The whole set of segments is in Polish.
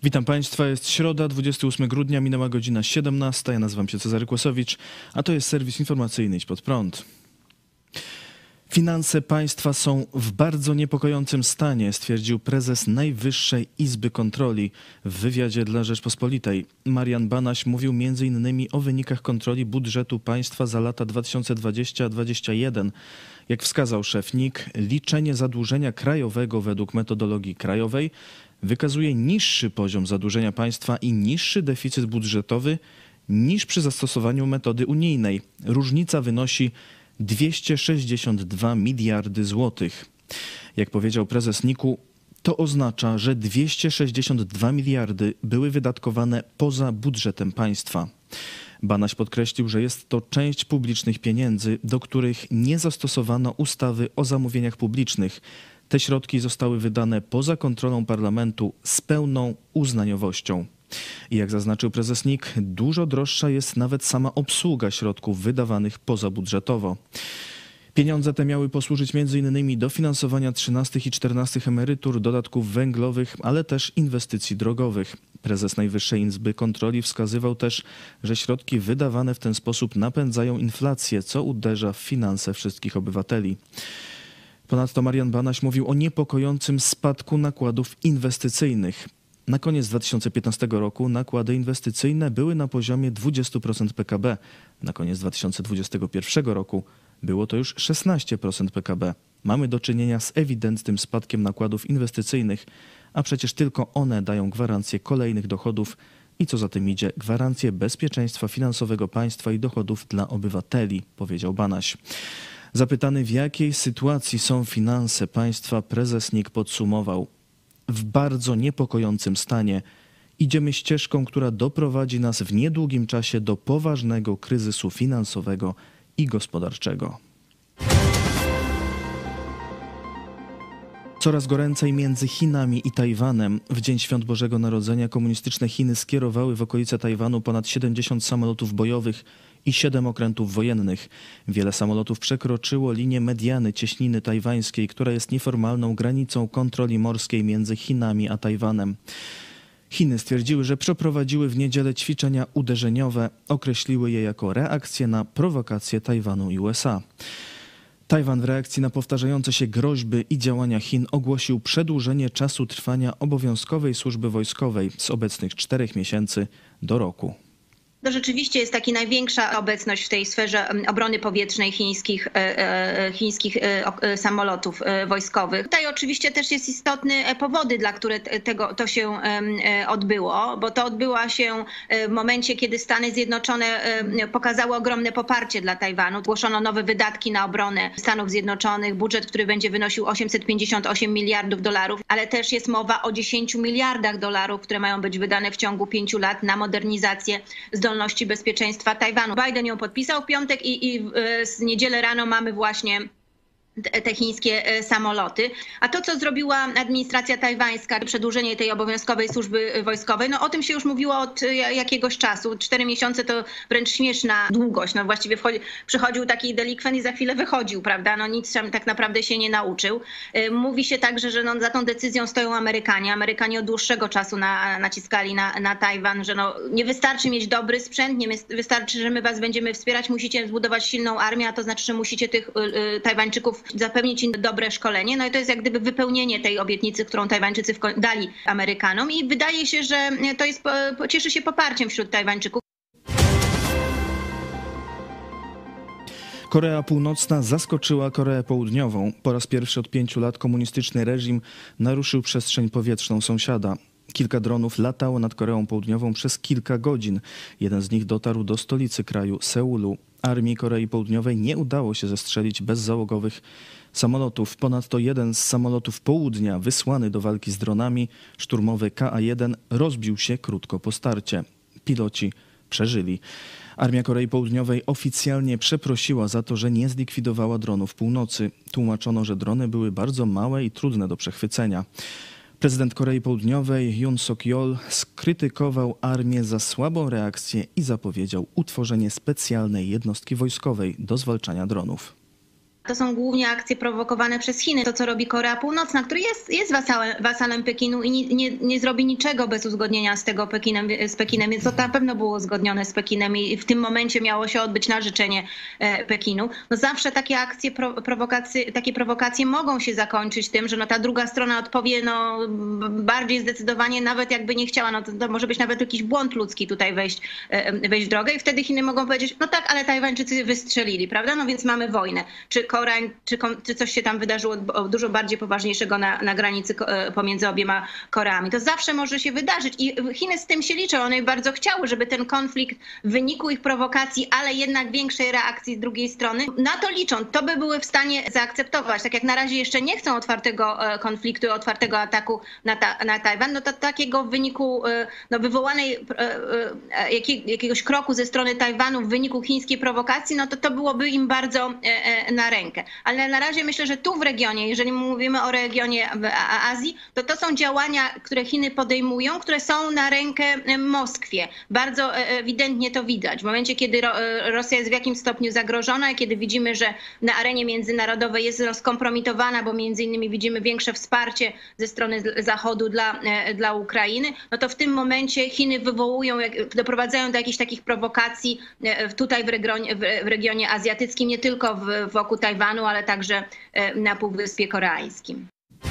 Witam Państwa, jest środa, 28 grudnia, minęła godzina 17. Ja nazywam się Cezary Kłosowicz, a to jest serwis informacyjny Idź Pod Prąd. Finanse państwa są w bardzo niepokojącym stanie, stwierdził prezes Najwyższej Izby Kontroli w wywiadzie dla Rzeczpospolitej. Marian Banaś mówił m.in. o wynikach kontroli budżetu państwa za lata 2020-2021. Jak wskazał szef NIK, liczenie zadłużenia krajowego według metodologii krajowej wykazuje niższy poziom zadłużenia państwa i niższy deficyt budżetowy niż przy zastosowaniu metody unijnej. Różnica wynosi 262 miliardy złotych. Jak powiedział prezes NIK-u, to oznacza, że 262 miliardy były wydatkowane poza budżetem państwa. Banaś podkreślił, że jest to część publicznych pieniędzy, do których nie zastosowano ustawy o zamówieniach publicznych. Te środki zostały wydane poza kontrolą parlamentu z pełną uznaniowością. I jak zaznaczył prezes NIK, dużo droższa jest nawet sama obsługa środków wydawanych pozabudżetowo. Pieniądze te miały posłużyć m.in. do finansowania 13 i 14 emerytur, dodatków węglowych, ale też inwestycji drogowych. Prezes Najwyższej Izby Kontroli wskazywał też, że środki wydawane w ten sposób napędzają inflację, co uderza w finanse wszystkich obywateli. Ponadto Marian Banaś mówił o niepokojącym spadku nakładów inwestycyjnych. Na koniec 2015 roku nakłady inwestycyjne były na poziomie 20% PKB. Na koniec 2021 roku było to już 16% PKB. Mamy do czynienia z ewidentnym spadkiem nakładów inwestycyjnych, a przecież tylko one dają gwarancję kolejnych dochodów i co za tym idzie, gwarancję bezpieczeństwa finansowego państwa i dochodów dla obywateli, powiedział Banaś. Zapytany, w jakiej sytuacji są finanse państwa, prezes NIK podsumował: w bardzo niepokojącym stanie. Idziemy ścieżką, która doprowadzi nas w niedługim czasie do poważnego kryzysu finansowego i gospodarczego. Coraz goręcej między Chinami i Tajwanem. W dzień Świąt Bożego Narodzenia komunistyczne Chiny skierowały w okolice Tajwanu ponad 70 samolotów bojowych i 7 okrętów wojennych. Wiele samolotów przekroczyło linię mediany cieśniny tajwańskiej, która jest nieformalną granicą kontroli morskiej między Chinami a Tajwanem. Chiny stwierdziły, że przeprowadziły w niedzielę ćwiczenia uderzeniowe. Określiły je jako reakcję na prowokacje Tajwanu i USA. Tajwan w reakcji na powtarzające się groźby i działania Chin ogłosił przedłużenie czasu trwania obowiązkowej służby wojskowej z obecnych 4 miesięcy do roku. To rzeczywiście jest taka największa obecność w tej sferze obrony powietrznej chińskich samolotów wojskowych. Tutaj oczywiście też jest istotny powody, dla których to się odbyło, bo to odbyło się w momencie, kiedy Stany Zjednoczone pokazały ogromne poparcie dla Tajwanu. Ogłoszono nowe wydatki na obronę Stanów Zjednoczonych, budżet, który będzie wynosił 858 miliardów dolarów, ale też jest mowa o 10 miliardach dolarów, które mają być wydane w ciągu 5 lat na modernizację zdolności bezpieczeństwa Tajwanu. Biden ją podpisał w piątek i z niedzielę rano mamy właśnie te chińskie samoloty. A to, co zrobiła administracja tajwańska, przedłużenie tej obowiązkowej służby wojskowej, no o tym się już mówiło od jakiegoś czasu. 4 miesiące to wręcz śmieszna długość. No właściwie przychodził taki delikwent i za chwilę wychodził, prawda? No nic tak naprawdę się nie nauczył. Mówi się także, że no za tą decyzją stoją Amerykanie. Amerykanie od dłuższego czasu naciskali na Tajwan, że no nie wystarczy mieć dobry sprzęt, nie wystarczy, że my was będziemy wspierać, musicie zbudować silną armię, a to znaczy, że musicie tych Tajwańczyków zapewnić im dobre szkolenie. No i to jest jak gdyby wypełnienie tej obietnicy, którą Tajwańczycy dali Amerykanom i wydaje się, że to cieszy się poparciem wśród Tajwańczyków. Korea Północna zaskoczyła Koreę Południową. Po raz pierwszy od 5 lat komunistyczny reżim naruszył przestrzeń powietrzną sąsiada. Kilka dronów latało nad Koreą Południową przez kilka godzin. Jeden z nich dotarł do stolicy kraju, Seulu. Armii Korei Południowej nie udało się zestrzelić bezzałogowych samolotów. Ponadto jeden z samolotów południa wysłany do walki z dronami, szturmowy KA-1, rozbił się krótko po starcie. Piloci przeżyli. Armia Korei Południowej oficjalnie przeprosiła za to, że nie zlikwidowała dronów północy. Tłumaczono, że drony były bardzo małe i trudne do przechwycenia. Prezydent Korei Południowej Yoon Suk-yeol skrytykował armię za słabą reakcję i zapowiedział utworzenie specjalnej jednostki wojskowej do zwalczania dronów. To są głównie akcje prowokowane przez Chiny. To, co robi Korea Północna, który jest wasalem Pekinu i nie zrobi niczego bez uzgodnienia z Pekinem, więc to na pewno było uzgodnione z Pekinem i w tym momencie miało się odbyć na życzenie Pekinu. No zawsze takie akcje, takie prowokacje mogą się zakończyć tym, że ta druga strona odpowie bardziej zdecydowanie, nawet jakby nie chciała. To może być nawet jakiś błąd ludzki tutaj wejść w drogę i wtedy Chiny mogą powiedzieć, no tak, ale Tajwańczycy wystrzelili, prawda? No więc mamy wojnę. Czy coś się tam wydarzyło dużo bardziej poważniejszego na granicy pomiędzy obiema Koreami. To zawsze może się wydarzyć i Chiny z tym się liczą. One bardzo chciały, żeby ten konflikt w wyniku ich prowokacji, ale jednak większej reakcji z drugiej strony, na to liczą. To by były w stanie zaakceptować. Tak jak na razie jeszcze nie chcą otwartego konfliktu, otwartego ataku na Tajwan, no to takiego w wyniku wywołanej jakiegoś kroku ze strony Tajwanu w wyniku chińskiej prowokacji, no to byłoby im bardzo na rękę. Ale na razie myślę, że tu w regionie, jeżeli mówimy o regionie Azji, to są działania, które Chiny podejmują, które są na rękę Moskwie. Bardzo ewidentnie to widać. W momencie, kiedy Rosja jest w jakimś stopniu zagrożona i kiedy widzimy, że na arenie międzynarodowej jest skompromitowana, bo między innymi widzimy większe wsparcie ze strony Zachodu dla Ukrainy, no to w tym momencie Chiny doprowadzają do jakichś takich prowokacji tutaj w regionie azjatyckim, nie tylko wokół Tajwanu, ale także na Półwyspie Koreańskim.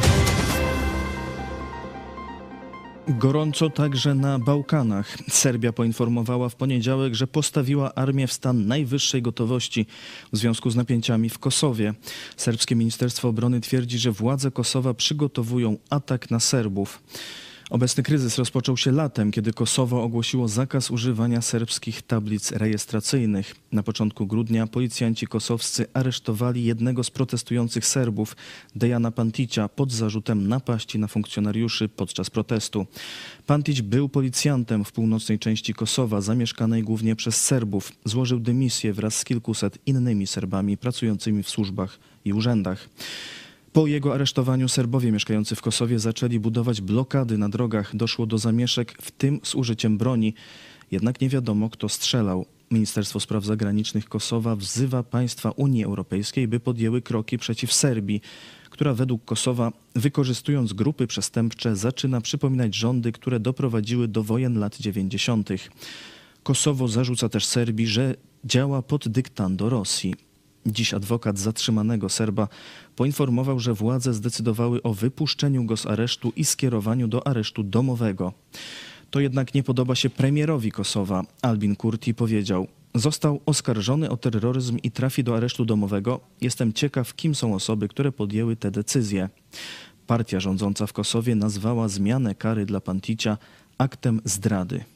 Gorąco także na Bałkanach. Serbia poinformowała w poniedziałek, że postawiła armię w stan najwyższej gotowości w związku z napięciami w Kosowie. Serbskie Ministerstwo Obrony twierdzi, że władze Kosowa przygotowują atak na Serbów. Obecny kryzys rozpoczął się latem, kiedy Kosowo ogłosiło zakaz używania serbskich tablic rejestracyjnych. Na początku grudnia policjanci kosowscy aresztowali jednego z protestujących Serbów, Dejana Pantića, pod zarzutem napaści na funkcjonariuszy podczas protestu. Pantić był policjantem w północnej części Kosowa, zamieszkanej głównie przez Serbów. Złożył dymisję wraz z kilkuset innymi Serbami pracującymi w służbach i urzędach. Po jego aresztowaniu Serbowie mieszkający w Kosowie zaczęli budować blokady na drogach. Doszło do zamieszek, w tym z użyciem broni. Jednak nie wiadomo, kto strzelał. Ministerstwo Spraw Zagranicznych Kosowa wzywa państwa Unii Europejskiej, by podjęły kroki przeciw Serbii, która według Kosowa, wykorzystując grupy przestępcze, zaczyna przypominać rządy, które doprowadziły do wojen lat 90. Kosowo zarzuca też Serbii, że działa pod dyktando Rosji. Dziś adwokat zatrzymanego Serba poinformował, że władze zdecydowały o wypuszczeniu go z aresztu i skierowaniu do aresztu domowego. To jednak nie podoba się premierowi Kosowa. Albin Kurti powiedział: został oskarżony o terroryzm i trafi do aresztu domowego. Jestem ciekaw, kim są osoby, które podjęły te decyzje. Partia rządząca w Kosowie nazwała zmianę kary dla Pantića aktem zdrady.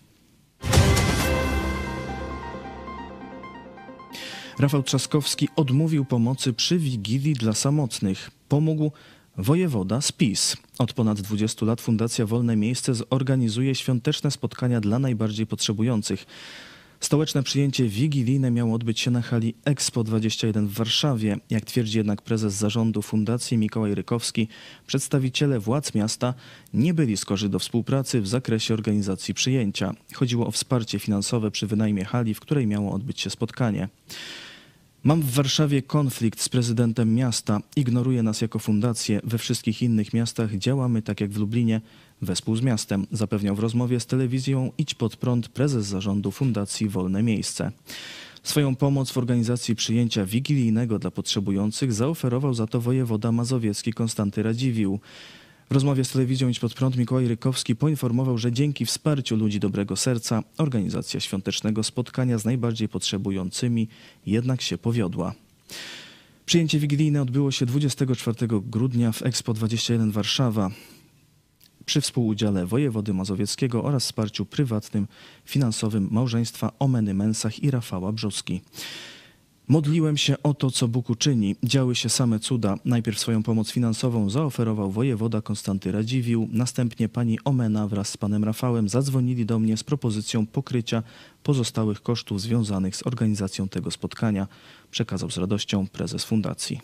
Rafał Trzaskowski odmówił pomocy przy Wigilii dla samotnych. Pomógł wojewoda z PiS. Od ponad 20 lat Fundacja Wolne Miejsce zorganizuje świąteczne spotkania dla najbardziej potrzebujących. Stołeczne przyjęcie wigilijne miało odbyć się na hali Expo 21 w Warszawie. Jak twierdzi jednak prezes zarządu fundacji Mikołaj Rykowski, przedstawiciele władz miasta nie byli skorzy do współpracy w zakresie organizacji przyjęcia. Chodziło o wsparcie finansowe przy wynajmie hali, w której miało odbyć się spotkanie. Mam w Warszawie konflikt z prezydentem miasta. Ignoruje nas jako fundację. We wszystkich innych miastach działamy tak jak w Lublinie, wespół z miastem, zapewniał w rozmowie z telewizją Idź Pod Prąd prezes zarządu Fundacji Wolne Miejsce. Swoją pomoc w organizacji przyjęcia wigilijnego dla potrzebujących zaoferował za to wojewoda mazowiecki Konstanty Radziwiłł. W rozmowie z telewizją Idź Pod Prąd Mikołaj Rykowski poinformował, że dzięki wsparciu ludzi dobrego serca organizacja świątecznego spotkania z najbardziej potrzebującymi jednak się powiodła. Przyjęcie wigilijne odbyło się 24 grudnia w Expo 21 Warszawa przy współudziale wojewody mazowieckiego oraz wsparciu prywatnym, finansowym małżeństwa Omeny Mensach i Rafała Brzoski. Modliłem się o to, co Bóg uczyni. Działy się same cuda. Najpierw swoją pomoc finansową zaoferował wojewoda Konstanty Radziwiłł. Następnie pani Omena wraz z panem Rafałem zadzwonili do mnie z propozycją pokrycia pozostałych kosztów związanych z organizacją tego spotkania, przekazał z radością prezes fundacji.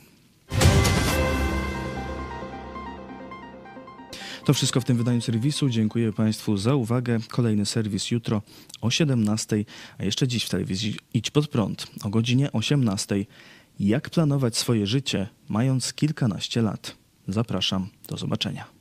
To wszystko w tym wydaniu serwisu. Dziękuję Państwu za uwagę. Kolejny serwis jutro o 17:00, a jeszcze dziś w telewizji Idź Pod Prąd o godzinie 18:00. Jak planować swoje życie, mając kilkanaście lat? Zapraszam, do zobaczenia.